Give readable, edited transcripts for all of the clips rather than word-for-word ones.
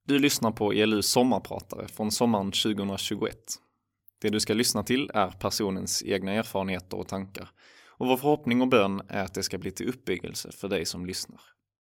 Du lyssnar på ELUs sommarpratare från sommaren 2021. Det du ska lyssna till är personens egna erfarenheter och tankar. Och vår förhoppning och bön är att det ska bli till uppbyggelse för dig som lyssnar.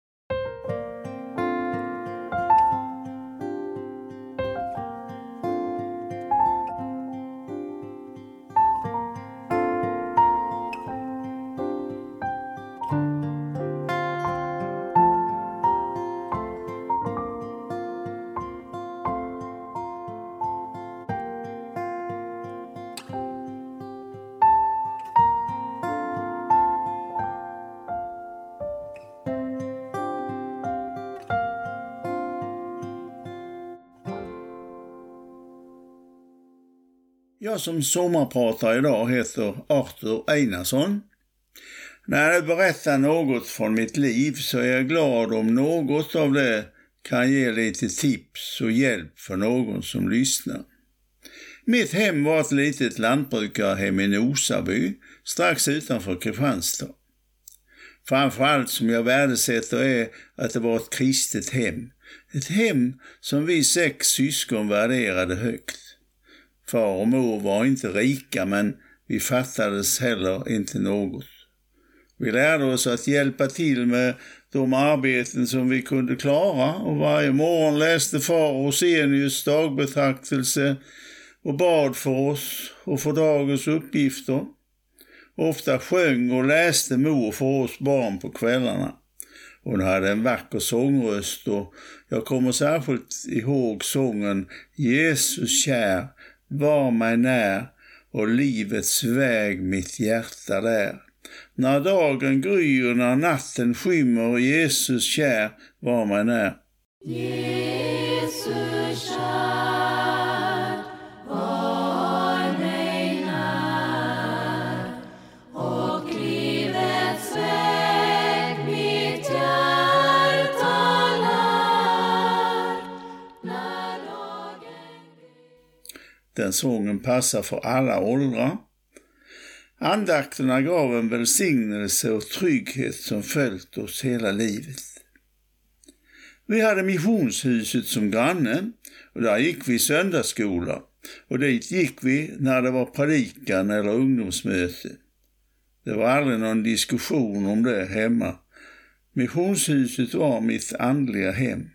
Jag som sommarpratar idag heter Arthur Einarsson. När jag berättar något från mitt liv så är jag glad om något av det kan ge lite tips och hjälp för någon som lyssnar. Mitt hem var ett litet lantbrukarhem i Nosaby, strax utanför Kristianstad. Framförallt som jag värdesätter är att det var ett kristet hem. Ett hem som vi 6 syskon värderade högt. Far och mor var inte rika, men vi fattades heller inte något. Vi lärde oss att hjälpa till med de arbeten som vi kunde klara, och varje morgon läste far Rosenius dagbetraktelse och bad för oss och för dagens uppgifter. Ofta sjöng och läste mor för oss barn på kvällarna. Hon hade en vacker sångröst, och jag kommer särskilt ihåg sången Jesus kär, var mig när, och livets väg mitt hjärta där. När dagen gryr, när natten skymmer, Jesus kär, var mig när. Jesus kär, var mig när, och livets väg mitt hjärta lär. När dagen... Den sången passar för alla åldrar. Andakterna gav en välsignelse och trygghet som följt oss hela livet. Vi hade missionshuset som granne, och där gick vi i söndagsskola, och dit gick vi när det var predikan eller ungdomsmöte. Det var aldrig någon diskussion om det hemma. Missionshuset var mitt andliga hem.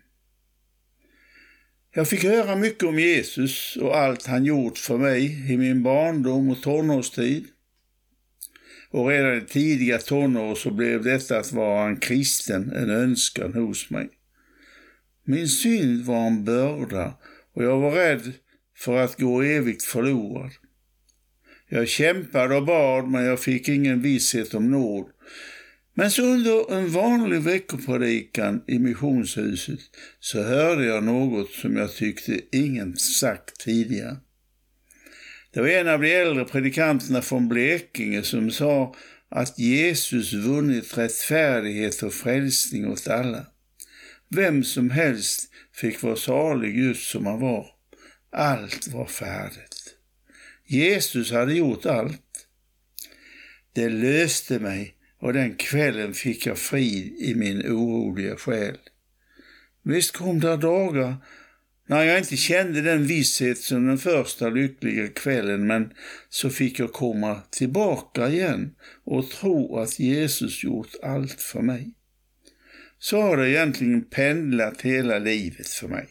Jag fick höra mycket om Jesus och allt han gjort för mig i min barndom och tonårstid. Och redan i tidiga tonår så blev detta att vara en kristen en önskan hos mig. Min synd var en börda, och jag var rädd för att gå evigt förlorad. Jag kämpade och bad, men jag fick ingen visshet om nåd. Men så under en vanlig veckopredikan i missionshuset så hörde jag något som jag tyckte ingen sagt tidigare. Det var en av de äldre predikanterna från Blekinge som sa att Jesus vunnit rättfärdighet och frälsning åt alla. Vem som helst fick vara salig just som han var. Allt var färdigt. Jesus hade gjort allt. Det löste mig, och den kvällen fick jag frid i min oroliga själ. Visst kom det dagar när jag inte kände den visshet som den första lyckliga kvällen, men så fick jag komma tillbaka igen och tro att Jesus gjort allt för mig. Så har det egentligen pendlat hela livet för mig.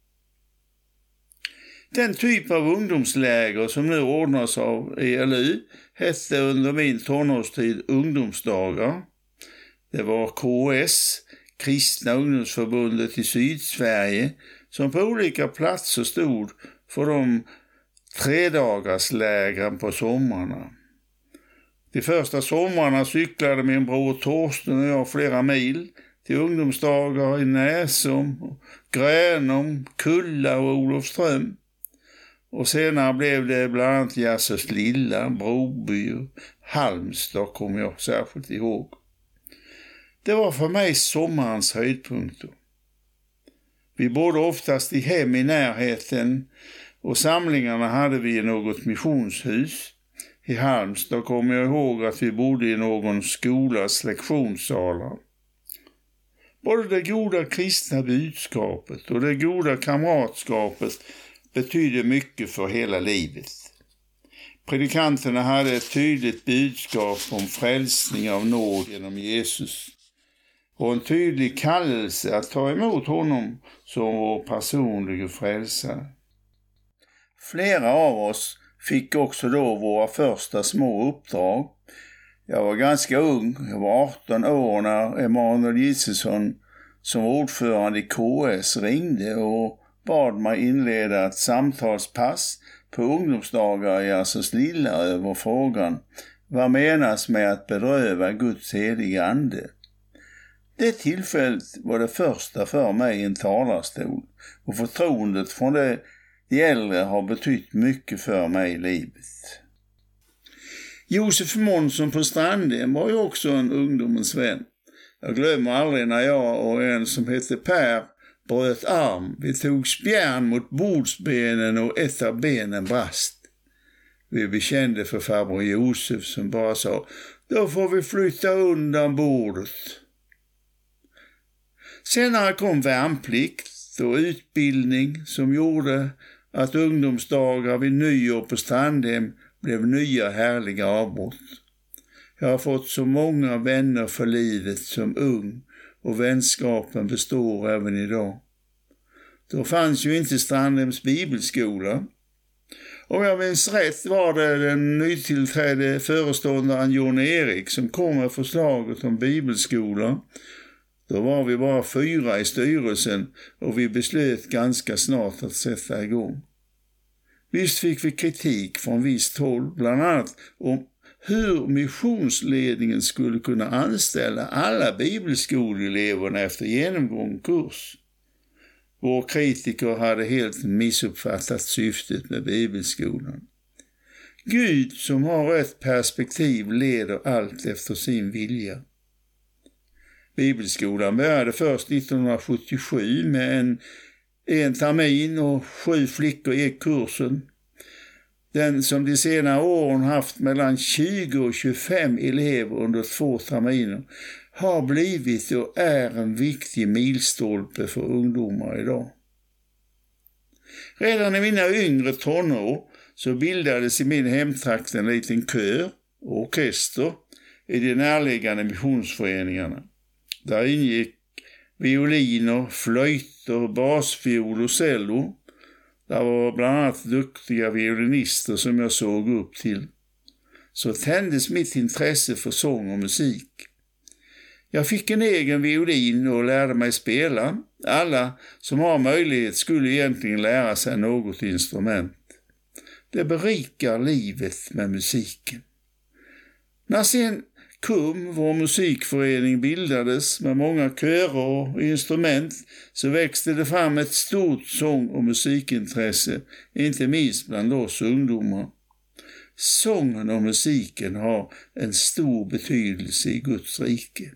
Den typ av ungdomsläger som nu ordnas av ELU hette under min tonårstid ungdomsdagar. Det var KS, Kristna ungdomsförbundet i Sydsverige, som på olika platser stod för de 3-dagarslägren på sommarna. De första sommarna cyklade min bror Torsten och jag flera mil till ungdomsdagar i Näsum, Grönum, Kulla och Olofström. Och senare blev det bland annat Jasses Lilla, Broby och Halmstad kommer jag särskilt ihåg. Det var för mig sommarens höjdpunkter. Vi bodde oftast i hem i närheten, och samlingarna hade vi i något missionshus. I Halmstad kommer jag ihåg att vi bodde i någon skolas lektionssalar. Både det goda kristna budskapet och det goda kamratskapet betyder mycket för hela livet. Predikanterna hade ett tydligt budskap om frälsning av nåd genom Jesus och en tydlig kallelse att ta emot honom som vår personliga frälsare. Flera av oss fick också då våra första små uppdrag. Jag var ganska ung, jag var 18 år när Emanuel Gissesson som ordförande i KS ringde och bad mig inleda ett samtalspass på ungdomsdagar i Assos Lilla över frågan: vad menas med att bedröva Guds heliga ande? Det tillfället var det första för mig i en talarstol och förtroendet från de äldre har betytt mycket för mig i livet. Josef Månsson på Strandhem var ju också en ungdomens vän. Jag glömmer aldrig när jag och en som hette Per bröt arm. Vi tog spjärn mot bordsbenen och ett av benen brast. Vi bekände för farbror Josef som bara sa: då får vi flytta undan bordet. Senare kom värnplikt och utbildning som gjorde att ungdomsdagar vid nyår på Strandhem blev nya härliga avbrott. Jag har fått så många vänner för livet som ung och vänskapen består även idag. Då fanns ju inte Strandhems bibelskola. Om jag minns rätt var det den nytillträdde föreståndaren Jon Erik som kom med förslaget om bibelskola. Då var vi bara 4 i styrelsen och vi beslöt ganska snart att sätta igång. Visst fick vi kritik från visst håll, bland annat om hur missionsledningen skulle kunna anställa alla bibelskoleeleverna efter genomgång kurs. Vår kritiker hade helt missuppfattat syftet med bibelskolan. Gud som har ett perspektiv leder allt efter sin vilja. Bibelskolan började först 1977 med en termin och 7 flickor gick kursen. Den som de senare åren haft mellan 20 och 25 elever under 2 terminer har blivit och är en viktig milstolpe för ungdomar idag. Redan i mina yngre tonår så bildades i min hemtrakt en liten kör och orkester i de närliggande missionsföreningarna. Där ingick violiner, flöjter, basfiol och cello. Där var bland annat duktiga violinister som jag såg upp till. Så tändes mitt intresse för sång och musik. Jag fick en egen violin och lärde mig spela. Alla som har möjlighet skulle egentligen lära sig något instrument. Det berikar livet med musiken. När sen KUM, vår musikförening, bildades med många körer och instrument så växte det fram ett stort sång- och musikintresse, inte minst bland oss ungdomar. Sången och musiken har en stor betydelse i Guds rike.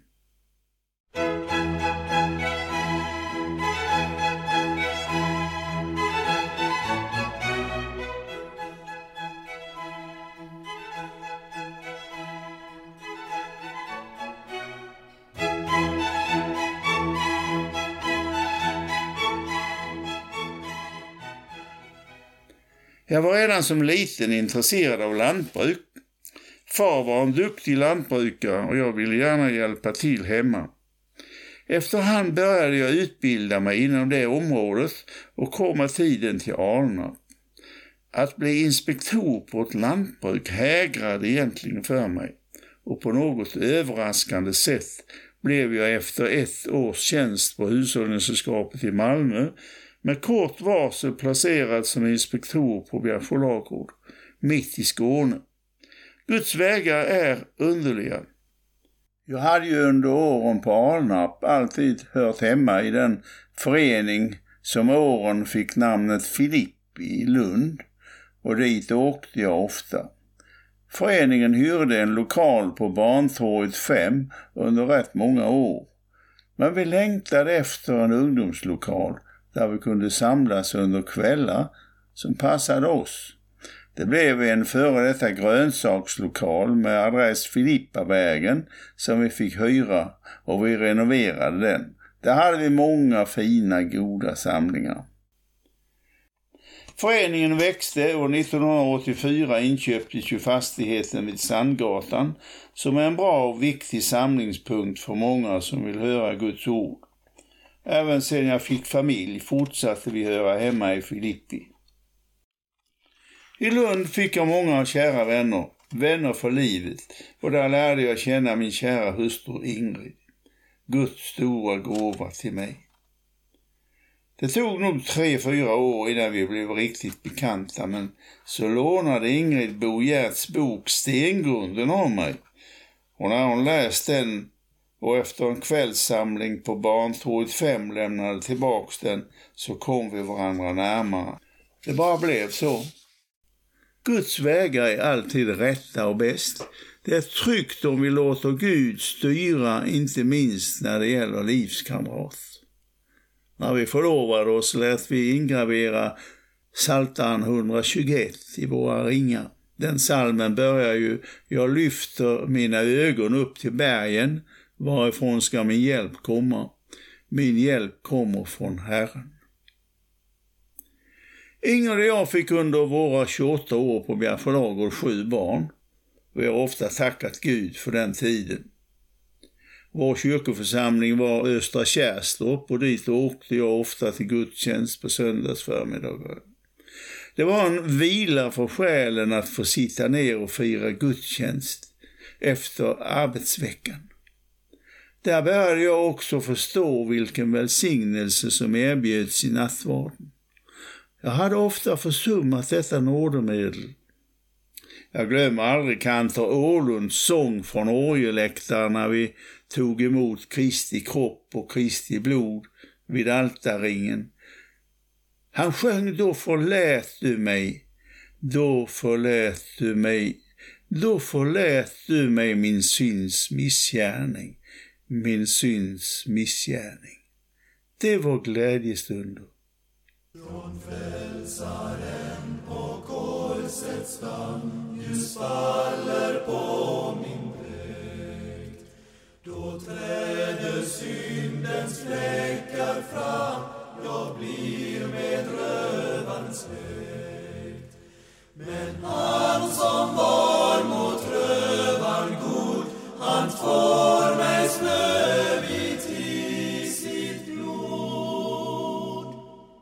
Jag var redan som liten intresserad av lantbruk. Far var en duktig lantbrukare och jag ville gärna hjälpa till hemma. Efterhand började jag utbilda mig inom det området och kom med tiden till Alnarp. Att bli inspektor på ett lantbruk hägrade egentligen för mig och på något överraskande sätt blev jag efter 1 års tjänst på Hushållningssällskapet i Malmö med kort varsel placerad som inspektor på Bjärsjölagård, mitt i Skåne. Guds vägar är underliga. Jag hade ju under åren på Alnarp alltid hört hemma i den förening som åren fick namnet Filippi i Lund och dit åkte jag ofta. Föreningen hyrde en lokal på Barntorget 5 under rätt många år. Men vi längtade efter en ungdomslokal där vi kunde samlas under kvällar som passade oss. Det blev en före detta grönsakslokal med adress Filippavägen som vi fick hyra och vi renoverade den. Där hade vi många fina, goda samlingar. Föreningen växte och 1984 inköptes ju fastigheten vid Sandgatan som är en bra och viktig samlingspunkt för många som vill höra Guds ord. Även sedan jag fick familj fortsatte vi höra hemma i Filippi. I Lund fick jag många kära vänner för livet, och där lärde jag känna min kära hustru Ingrid. Guds stora gåva till mig. Det tog nog 3-4 år innan vi blev riktigt bekanta, men så lånade Ingrid Bo Gerts bok Stengrunden av mig. Och när hon läst den och efter en kvällssamling på Barntorget 5 lämnade tillbaks den, så kom vi varandra närmare. Det bara blev så. Guds vägar är alltid rätta och bäst. Det är tryggt om vi låter Gud styra, inte minst när det gäller livskamrat. När vi förlovade oss lät vi ingravera Psaltaren 121 i våra ringar. Den salmen börjar ju: jag lyfter mina ögon upp till bergen, varifrån ska min hjälp komma? Min hjälp kommer från Herren. Ingrid och jag fick under våra 28 år på Bjärfs förlag 7 barn. Vi har ofta tackat Gud för den tiden. Vår kyrkoförsamling var Östra Kärrstorp och dit åkte jag ofta till gudstjänst på söndagsförmiddagar. Det var en vila för själen att få sitta ner och fira gudstjänst efter arbetsveckan. Där började jag också förstå vilken välsignelse som erbjöds i nattvarden. Jag hade ofta försummat detta nådemedel. Jag glömmer aldrig kantor Åhlunds sång från orgeläktaren när vi tog emot Kristi kropp och Kristi blod vid altarringen. Han sjöng: då förlät du mig, då förlät du mig, då förlät du mig min syns missgärning, min syns missgärning. Det var glädjestunder. Från frälsaren på korsets stam ljus faller på min dräkt. Då träder syndens fläckar fram, jag blir med rövaren släkt. Men han som var mot rövaren god, han får mig snövit i sitt blod.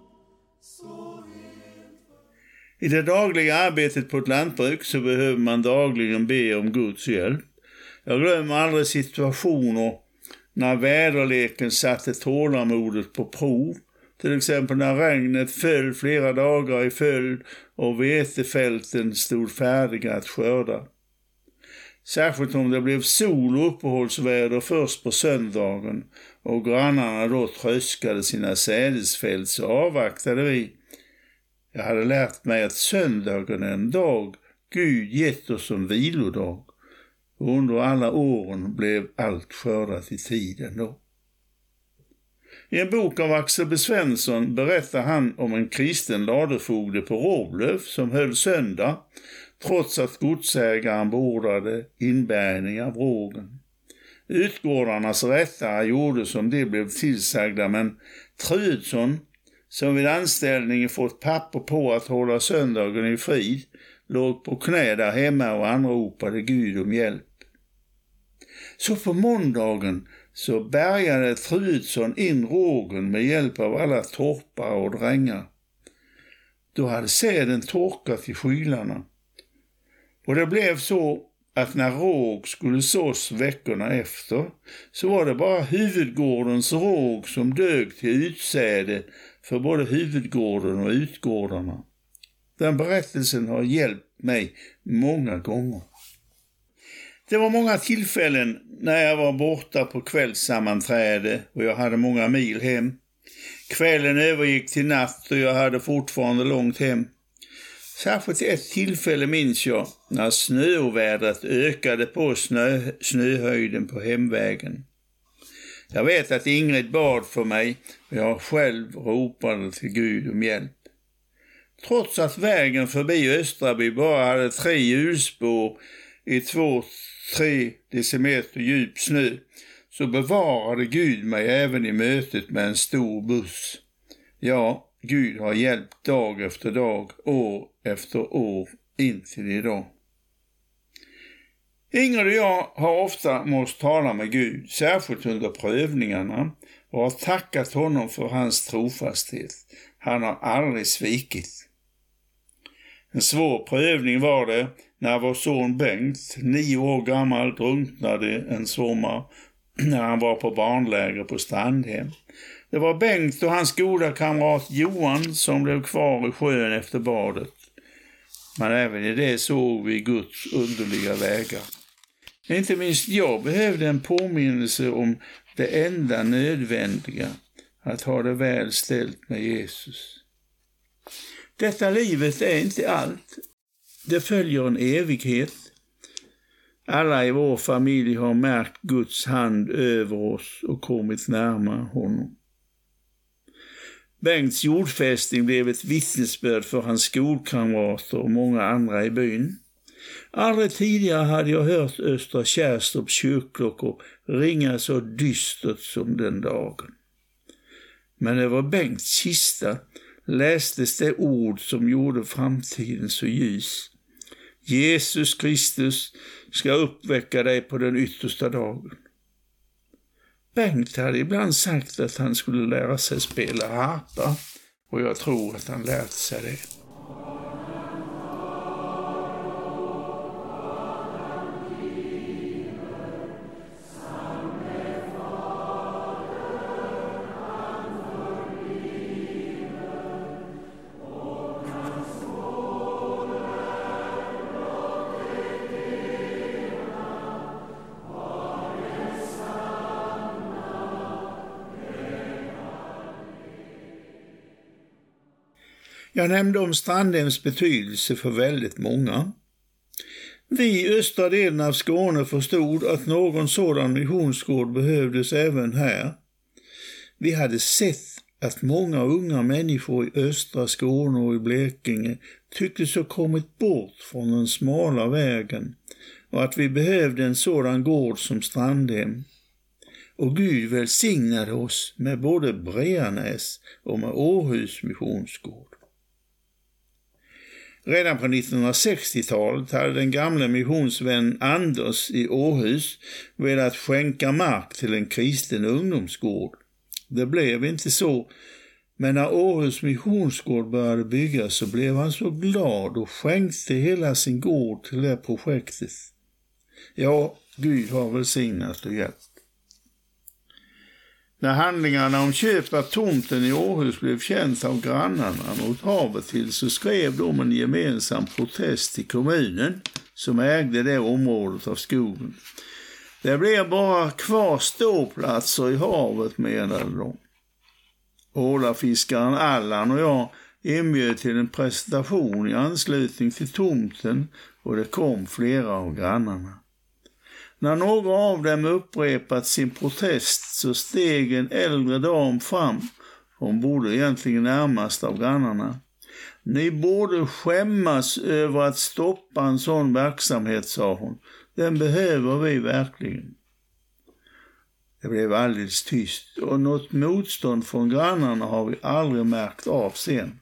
I det dagliga arbetet på ett lantbruk så behöver man dagligen be om Guds hjälp. Jag glömmer aldrig situationer när väderleken satte tålamodet på prov. Till exempel när regnet föll flera dagar i följd och vetefälten stod färdiga att skörda. Särskilt om det blev sol och uppehållsväder först på söndagen och grannarna då tröskade sina sädesfält, så avvaktade vi. Jag hade lärt mig att söndagen är en dag Gud gett oss som vilodag. Och under alla åren blev allt skördat i tiden då. I en bok av Axel B. Svensson berättar han om en kristen ladefogde på Råblöv som höll söndag trots att godsägaren beordrade inbärgning av rågen. Utgårdarnas rättare gjorde som det blev tillsagda, men Trudsson, som vid anställningen fått papper på att hålla söndagen i frid, låg på knä där hemma och anropade Gud om hjälp. Så på måndagen så bärgade Trudsson in rågen med hjälp av alla torpar och drängar. Då hade säden torkat i skylarna. Och det blev så att när råg skulle sås veckorna efter, så var det bara huvudgårdens råg som dög till utsäde för både huvudgården och utgårdarna. Den berättelsen har hjälpt mig många gånger. Det var många tillfällen när jag var borta på kvällssammanträde och jag hade många mil hem. Kvällen övergick till natt och jag hade fortfarande långt hem. Särskilt ett tillfälle minns jag när snöovädret ökade på snöhöjden på hemvägen. Jag vet att Ingrid bad för mig och jag själv ropade till Gud om hjälp. Trots att vägen förbi Östraby bara hade 3 hjulspår i 2-3 decimeter djup snö, så bevarade Gud mig även i mötet med en stor buss. Ja, Gud har hjälpt dag efter dag, år efter år, in till idag. Ingrid och jag har ofta måste tala med Gud, särskilt under prövningarna, och har tackat honom för hans trofasthet. Han har aldrig svikit. En svår prövning var det när vår son Bengt, 9 år gammal, drunknade en sommar när han var på barnläger på Strandhem. Det var Bengt och hans goda kamrat Johan som blev kvar i sjön efter badet. Men även i det såg vi Guds underliga vägar. Inte minst jag behövde en påminnelse om det enda nödvändiga, att ha det väl ställt med Jesus. Detta livet är inte allt. Det följer en evighet. Alla i vår familj har märkt Guds hand över oss och kommit närmare honom. Bengts jordfästning blev ett vittnesbörd för hans skolkamrater och många andra i byn. Aldrig tidigare hade jag hört Östra Kärrstorps kyrkklockor ringa så dystert som den dagen. Men det var Bengts kista lästes det ord som gjorde framtiden så ljus. Jesus Kristus ska uppväcka dig på den yttersta dagen. Bengt hade ibland sagt att han skulle lära sig spela harpa, och jag tror att han lärt sig det. Jag nämnde om Strandhems betydelse för väldigt många. Vi i östra delen av Skåne förstod att någon sådan missionsgård behövdes även här. Vi hade sett att många unga människor i östra Skåne och i Blekinge tycktes ha kommit bort från den smala vägen och att vi behövde en sådan gård som Strandhem. Och Gud välsignade oss med både Breanäs och med Åhus missionsgård. Redan på 1960-talet hade den gamla missionsvän Anders i Åhus velat skänka mark till en kristen ungdomsgård. Det blev inte så, men när Åhus missionsgård började byggas så blev han så glad och skänkte hela sin gård till det projektet. Ja, Gud har välsignat och hjälpt. När handlingarna om köp av tomten i Åhus blev känt av grannarna mot havet till, så skrev de en gemensam protest till kommunen som ägde det området av skogen. Det blev bara kvar ståplatser i havet, menade de. Ålafiskaren Allan och jag inbjöd till en presentation i anslutning till tomten, och det kom flera av grannarna. När några av dem upprepat sin protest så steg en äldre dam fram. Hon bodde egentligen närmast av grannarna. Ni borde skämmas över att stoppa en sån verksamhet, sa hon. Den behöver vi verkligen. Det blev alldeles tyst, och något motstånd från grannarna har vi aldrig märkt av sen.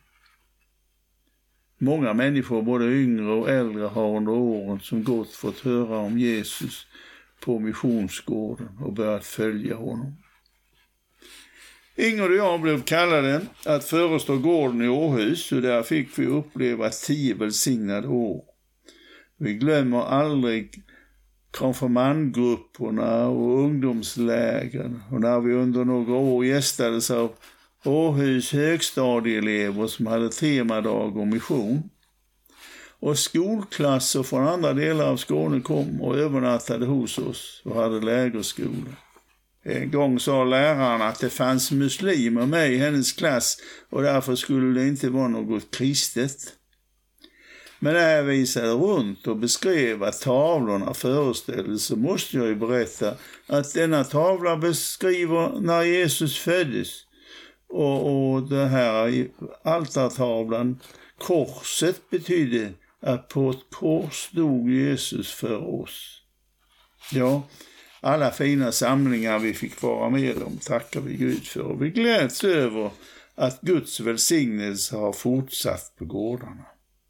Många människor, både yngre och äldre, har under åren som gått fått höra om Jesus på missionsgården och börjat följa honom. Ingrid och jag blev kallade att förestå gården i Åhus, och där fick vi uppleva 10 välsignade år. Vi glömmer aldrig konfirmandgrupperna och ungdomslägren, och när vi under några år gästades av Åhus högstadieelever som hade temadag om mission. Och skolklasser från andra delar av Skåne kom och övernattade hos oss och hade lägerskola. En gång sa läraren att det fanns muslimer med i hennes klass, och därför skulle det inte vara något kristet. Men när jag visade runt och beskrev att tavlorna föreställde, så måste jag ju berätta att denna tavla beskriver när Jesus föddes. Och det här altartavlan, korset, betydde att på ett kors dog Jesus för oss. Ja, alla fina samlingar vi fick vara med om tackar vi Gud för. Och vi gläds över att Guds välsignelse har fortsatt på gårdarna.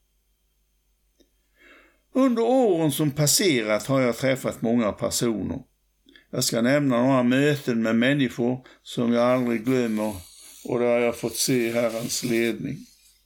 Under åren som passerat har jag träffat många personer. Jag ska nämna några möten med människor som jag aldrig glömmer och där jag fått se Herrens ledning.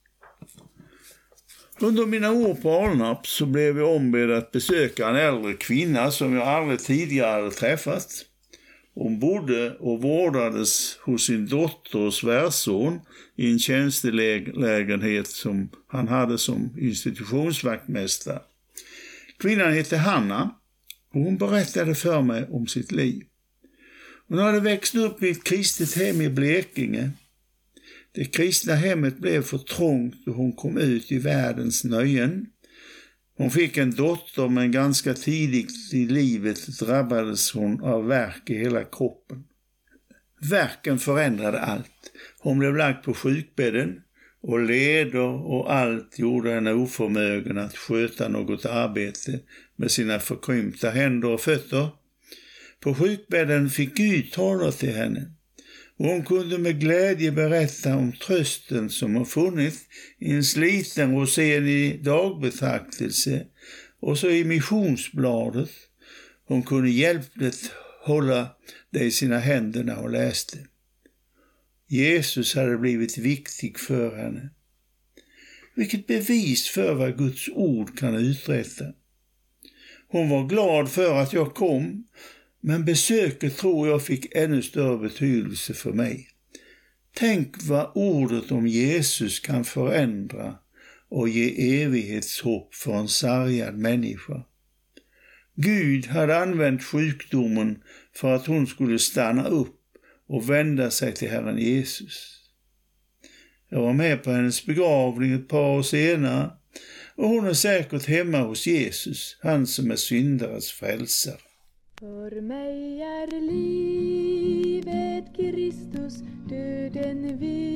Under mina år på Alnarp så blev jag ombedd att besöka en äldre kvinna som jag aldrig tidigare hade träffat. Hon bodde och vårdades hos sin dotter och svärson i en tjänstelägenhet som han hade som institutionsvaktmästare. Kvinnan hette Hanna och hon berättade för mig om sitt liv. Hon hade växt upp i ett kristet hem i Blekinge. Det kristna hemmet blev för trångt och hon kom ut i världens nöjen. Hon fick en dotter men ganska tidigt i livet drabbades hon av värk i hela kroppen. Värken förändrade allt. Hon blev lagd på sjukbädden och leder och allt gjorde henne oförmögen att sköta något arbete med sina förkrympta händer och fötter. På sjukbädden fick Gud tala till henne. Och hon kunde med glädje berätta om trösten som har funnits i en sliten rosenig dagbetraktelse och så i missionsbladet. Hon kunde hjälpligt hålla det i sina händer när hon läste. Jesus hade blivit viktig för henne. Vilket bevis för vad Guds ord kan uträtta. Hon var glad för att jag kom. Men besöket tror jag fick ännu större betydelse för mig. Tänk vad ordet om Jesus kan förändra och ge evighetshopp för en sargad människa. Gud hade använt sjukdomen för att hon skulle stanna upp och vända sig till Herren Jesus. Jag var med på hennes begravning ett par år senare och hon är säkert hemma hos Jesus, han som är syndares frälsare. För mig är livet Kristus, döden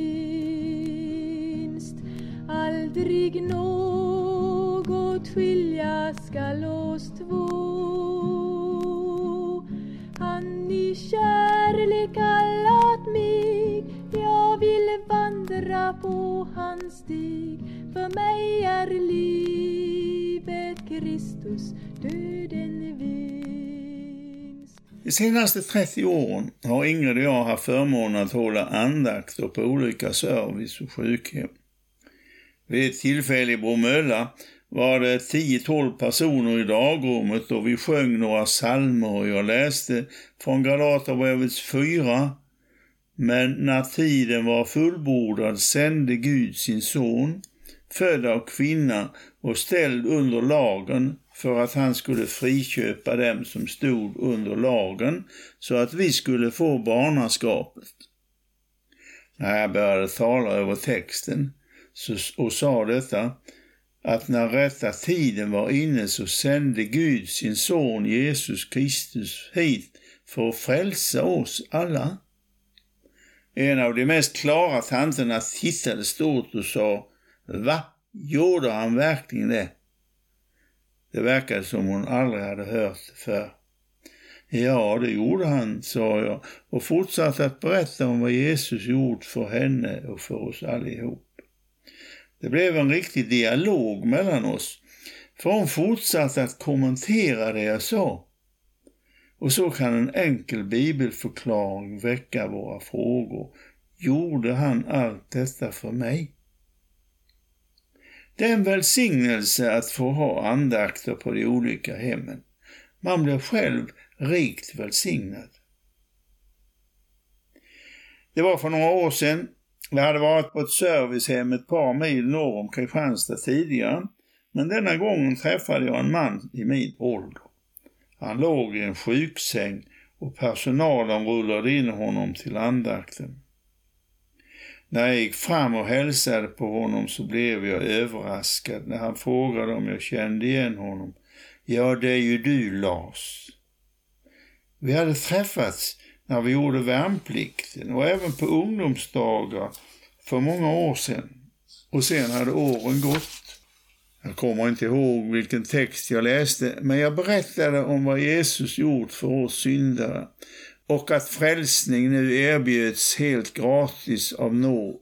vinst. Aldrig något skilja skall oss två. Han i kärlek kallat mig, jag vill vandra på hans stig. För mig är livet Kristus, döden vinst. De senaste 30 åren har Ingrid och jag haft förmånen att hålla andakter på olika service och sjukhem. Vid ett tillfälle i Bromölla var det 10-12 personer i dagrummet och vi sjöng några psalmer och jag läste från Galaterbrevets 4. Men när tiden var fullbordad sände Gud sin son, född av kvinna och ställd under lagen, för att han skulle friköpa dem som stod under lagen så att vi skulle få barnaskapet. När jag började tala över texten och sa detta, att när rätta tiden var inne så sände Gud sin son Jesus Kristus hit för att frälsa oss alla. En av de mest klara tanterna tittade stort och sa: "Va? Gjorde han verkligen det?" Det verkade som hon aldrig hade hört det för. "Ja, det gjorde han", sa jag och fortsatte att berätta om vad Jesus gjort för henne och för oss allihop. Det blev en riktig dialog mellan oss, för hon fortsatte att kommentera det jag sa. Och så kan en enkel bibelförklaring väcka våra frågor. Gjorde han allt detta för mig? Det är en välsignelse att få ha andakter på de olika hemmen. Man blir själv rikt välsignad. Det var för några år sedan. Vi hade varit på ett servicehem ett par mil norr om Kristianstad tidigare. Men denna gången träffade jag en man i min ålder. Han låg i en sjuksäng och personalen rullade in honom till andakten. När jag gick fram och hälsade på honom så blev jag överraskad när han frågade om jag kände igen honom. "Ja, det är ju du, Lars." Vi hade träffats när vi gjorde värnplikten och även på ungdomsdagar för många år sedan. Och sen hade åren gått. Jag kommer inte ihåg vilken text jag läste, men jag berättade om vad Jesus gjort för oss syndare och att frälsning nu erbjöds helt gratis av nåd.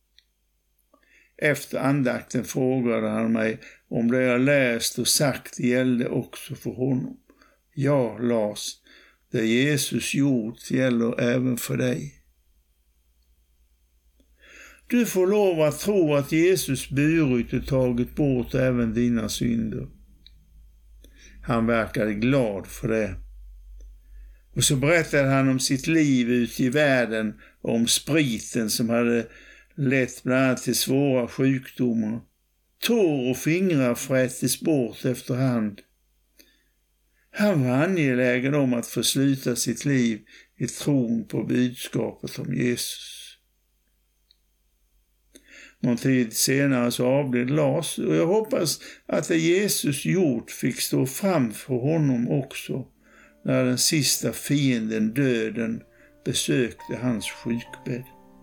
Efter andakten frågade han mig om det jag läst och sagt gällde också för honom. Ja, Lars, det Jesus gjort gäller även för dig. Du får lov att tro att Jesus burit och tagit bort även dina synder. Han verkade glad för det. Och så berättade han om sitt liv ute i världen och om spriten som hade lett bland annat till svåra sjukdomar. Tår och fingrar frättes bort efterhand. Han var angelägen om att få sluta sitt liv i tron på budskapet om Jesus. Någon tid senare så avled Lars och jag hoppas att det Jesus gjort fick stå framför honom också när den sista fienden, döden, besökte hans sjukbädd.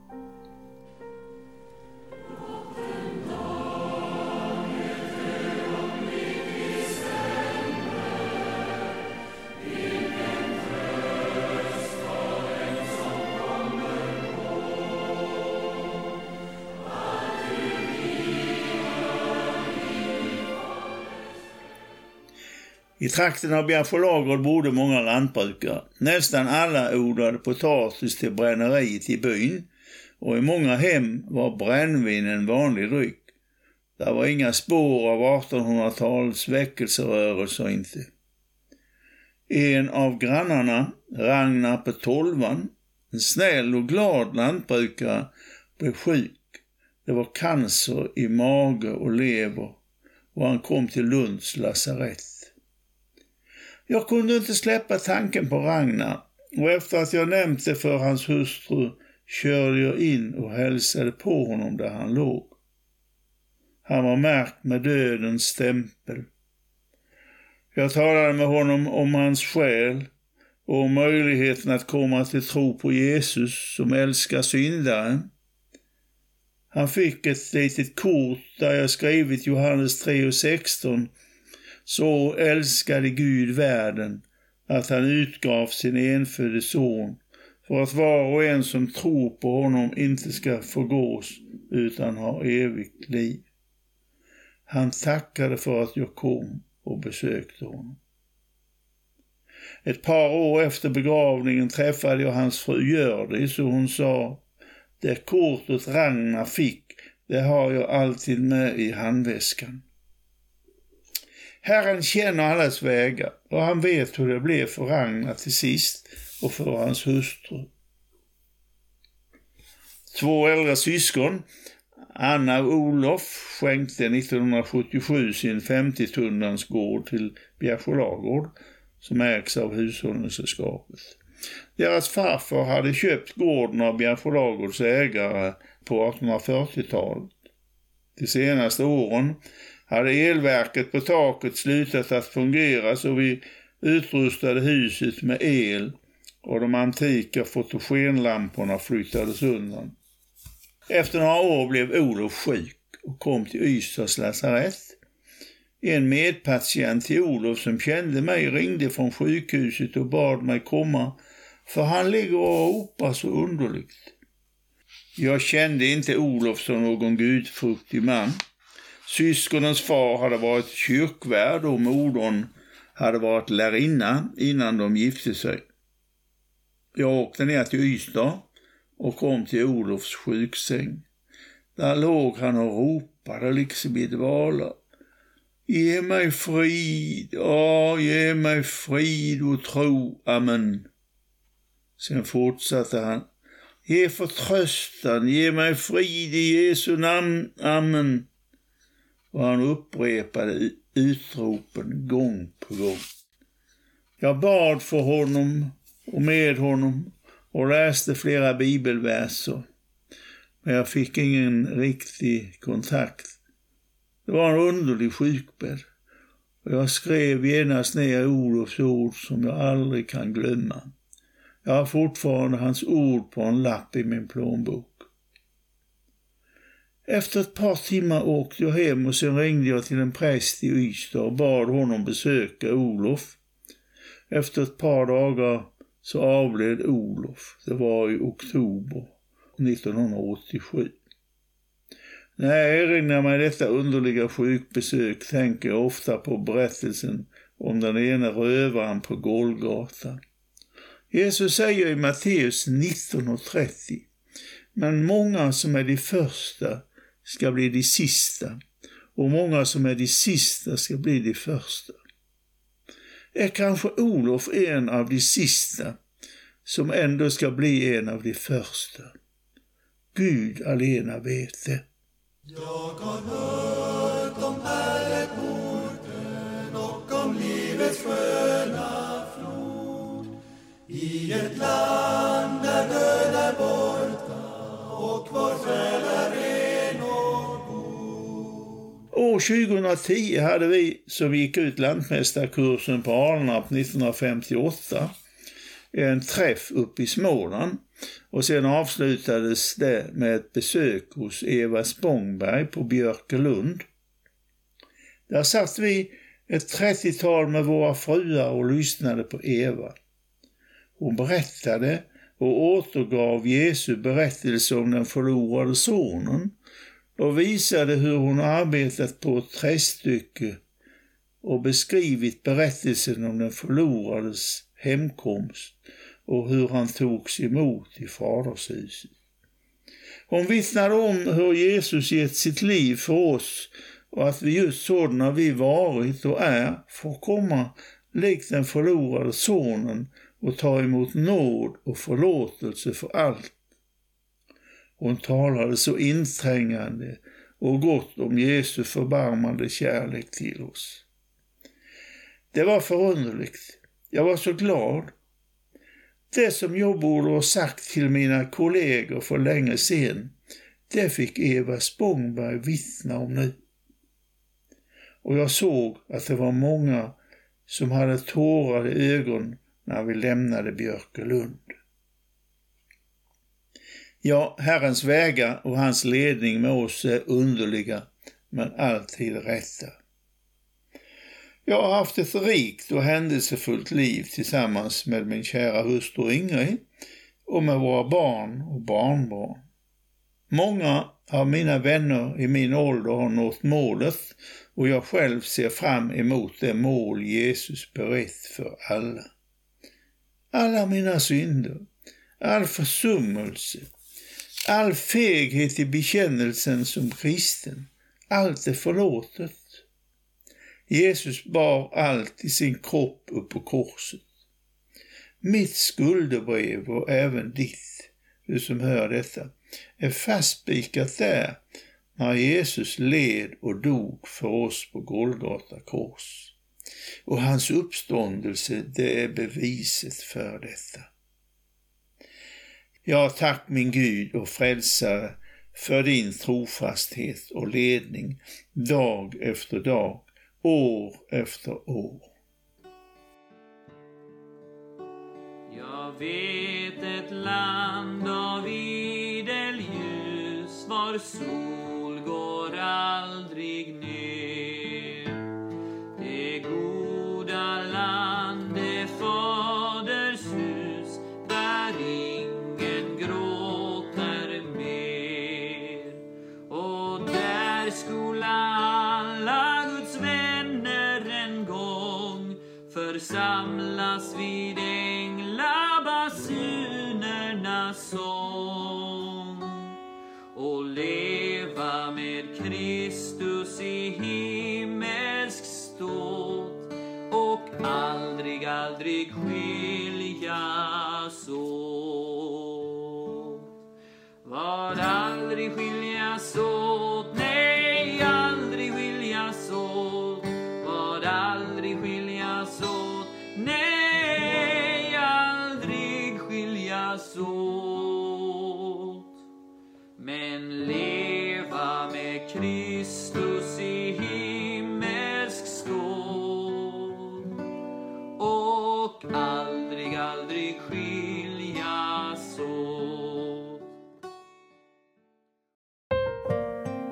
I trakten av Bjärfålagård bodde många lantbrukare. Nästan alla odlade potatis till bränneriet i byn och i många hem var brännvin en vanlig dryck. Det var inga spår av 1800-talets väckelserörelser inte. En av grannarna, Ragnar på 12:an, en snäll och glad lantbrukare, blev sjuk. Det var cancer i mage och lever och han kom till Lunds lasarett. Jag kunde inte släppa tanken på Ragnar och efter att jag nämnt det för hans hustru körde jag in och hälsade på honom där han låg. Han var märkt med dödens stämpel. Jag talade med honom om hans själ och om möjligheten att komma till tro på Jesus som älskar syndare. Han fick ett litet kort där jag skrivit Johannes 3:16. Så älskade Gud världen att han utgav sin enfödde son för att var och en som tror på honom inte ska förgås utan ha evigt liv. Han tackade för att jag kom och besökte honom. Ett par år efter begravningen träffade jag hans fru Gördis och hon sa: det kortet Ragnar fick, det har jag alltid med i handväskan. Herren känner allas vägar och han vet hur det blev för Ragnar till sist och för hans hustru. 2 äldre syskon, Anna och Olof, skänkte 1977 sin 50-tunnans gård till Bjärfålagård som ägs av hushållningssällskapet. Deras farfar hade köpt gården av Bjärfålagårds ägare på 1840-talet. De senaste åren hade elverket på taket slutat att fungera så vi utrustade huset med el och de antika fotogenlamporna flyttades undan. Efter några år blev Olof sjuk och kom till Ystads lasarett. En medpatient till Olof som kände mig ringde från sjukhuset och bad mig komma för han ligger och ropar så underligt. Jag kände inte Olof som någon gudfruktig man. Syskonens far hade varit kyrkvärd och modern hade varit lärinna innan de gifte sig. Jag åkte ner till Ystad och kom till Olofs sjuksäng. Där låg han och ropade liksom i dvala. Ge mig frid, ge mig frid och tro, amen. Sen fortsatte han. Ge förtröstan, ge mig frid i Jesu namn, amen. Och han upprepade utropen gång på gång. Jag bad för honom och med honom och läste flera bibelverser. Men jag fick ingen riktig kontakt. Det var en underlig sjukbädd. Och jag skrev genast ner Olofs ord som jag aldrig kan glömma. Jag har fortfarande hans ord på en lapp i min plånbok. Efter ett par timmar åkte jag hem och sen ringde jag till en präst i Ystad och bad honom besöka Olof. Efter ett par dagar så avled Olof. Det var i oktober 1987. När jag erinrar mig detta underliga sjukbesök tänker jag ofta på berättelsen om den ena rövaren på Golgata. Jesus säger i Matteus 19:30: men många som är de första ska bli de sista, och många som är de sista ska bli de första. Är kanske Olof en av de sista som ändå ska bli en av de första? Gud alena vet det. Jag har hört om pärleporten och om livets sköna flod, i ett land där död är borta och vår själ är ren och god. År 2010 hade vi som gick ut lantmästarkursen på Alnarp 1958 en träff uppe i Småland, och sen avslutades det med ett besök hos Eva Spångberg på Björkelund. Där satt vi ett 30-tal med våra fruar och lyssnade på Eva. Hon berättade och återgav Jesu berättelse om den förlorade sonen och visade hur hon arbetat på ett trästycke och beskrivit berättelsen om den förlorades hemkomst och hur han togs emot i fadershuset. Hon vittnade om hur Jesus gett sitt liv för oss och att vi just sådana vi varit och är får komma likt den förlorade sonen och ta emot nåd och förlåtelse för allt. Hon talade så inträngande och gott om Jesu förbarmande kärlek till oss. Det var förunderligt. Jag var så glad. Det som jag borde ha sagt till mina kollegor för länge sedan, det fick Eva Spångberg vittna om nu. Och jag såg att det var många som hade tårar i ögon när vi lämnade Björkelund. Ja, Herrens vägar och hans ledning med oss är underliga, men alltid rätta. Jag har haft ett rikt och händelsefullt liv tillsammans med min kära hustru Ingrid och med våra barn och barnbarn. Många av mina vänner i min ålder har nått målet och jag själv ser fram emot det mål Jesus berett för alla. Alla mina synder, all försummelse, all feghet i bekännelsen som kristen, allt är förlåtet. Jesus bar allt i sin kropp upp på korset. Mitt skuldebrev och även ditt, du som hör detta, är fastspikat där när Jesus led och dog för oss på Golgata kors. Och hans uppståndelse, det är beviset för detta. Ja, tack min Gud och frälsare för din trofasthet och ledning dag efter dag, år efter år. Jag vet ett land av idel ljus, var sol går aldrig ner. Det goda land, det faders hus, där ingen gråter mer. Och där skola alla Guds vänner en gång församlas vid änglabasunernas sång och leva med Kristus i himmelsk ståt och aldrig, aldrig skiljas åt. Var aldrig skiljas åt, nej, aldrig skiljas åt. Var aldrig skiljas åt, nej, aldrig skiljas åt. Men leva med Kristus i himmelsk skål och aldrig, aldrig skiljas åt.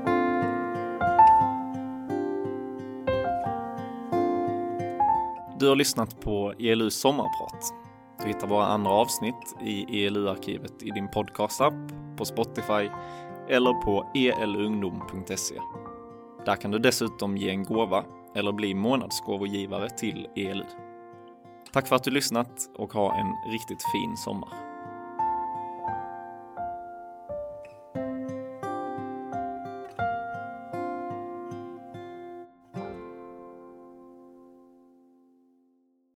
Du har lyssnat på ELUs sommarprat. Du hittar våra andra avsnitt i ELU-arkivet i din podcastapp, på Spotify eller på elungdom.se. Där kan du dessutom ge en gåva eller bli månadsgåvogivare till ELU. Tack för att du lyssnat och ha en riktigt fin sommar.